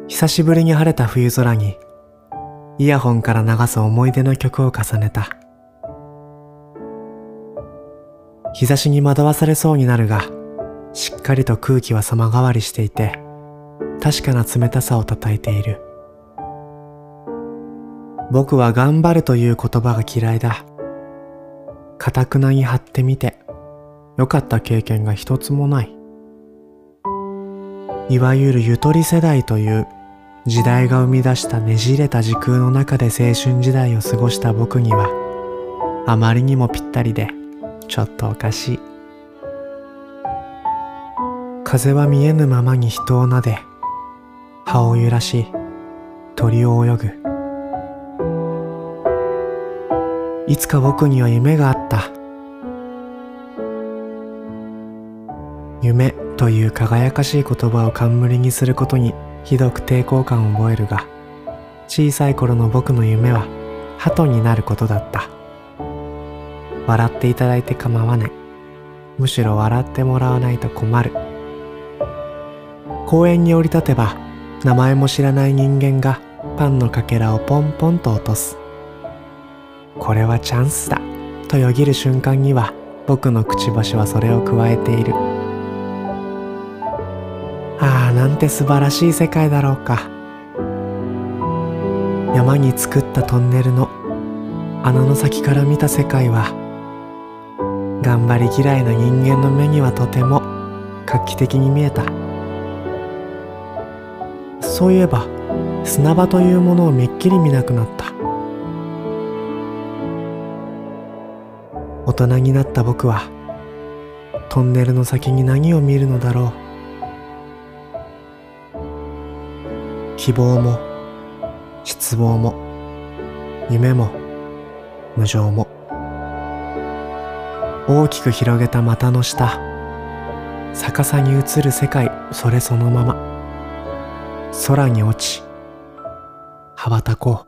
久しぶりに晴れた冬空にイヤホンから流す思い出の曲を重ねた。日差しに惑わされそうになるが、しっかりと空気は様変わりしていて、確かな冷たさをたたえている。僕は頑張るという言葉が嫌いだ。堅くなに張ってみて、良かった経験が一つもない。いわゆるゆとり世代という時代が生み出したねじれた時空の中で青春時代を過ごした僕には、あまりにもぴったりで、ちょっとおかしい。風は見えぬままに人を撫で、葉を揺らし、鳥を泳ぐ。いつか僕には夢があった。夢という輝かしい言葉を冠にすることにひどく抵抗感を覚えるが、小さい頃の僕の夢は鳩になることだった。笑っていただいて構わない。むしろ笑ってもらわないと困る。公園に降り立てば、名前も知らない人間がパンのかけらをポンポンと落とす。これはチャンスだとよぎる瞬間には、僕のくちばしはそれを加えている。ああ、なんて素晴らしい世界だろうか。山に作ったトンネルの穴の先から見た世界は、頑張り嫌いな人間の目にはとても画期的に見えた。そういえば、砂場というものをめっきり見なくなった。大人になった僕は、トンネルの先に何を見るのだろう。希望も、失望も、夢も、無常も。大きく広げた股の下、逆さに映る世界、それそのまま。空に落ち、羽ばたこう。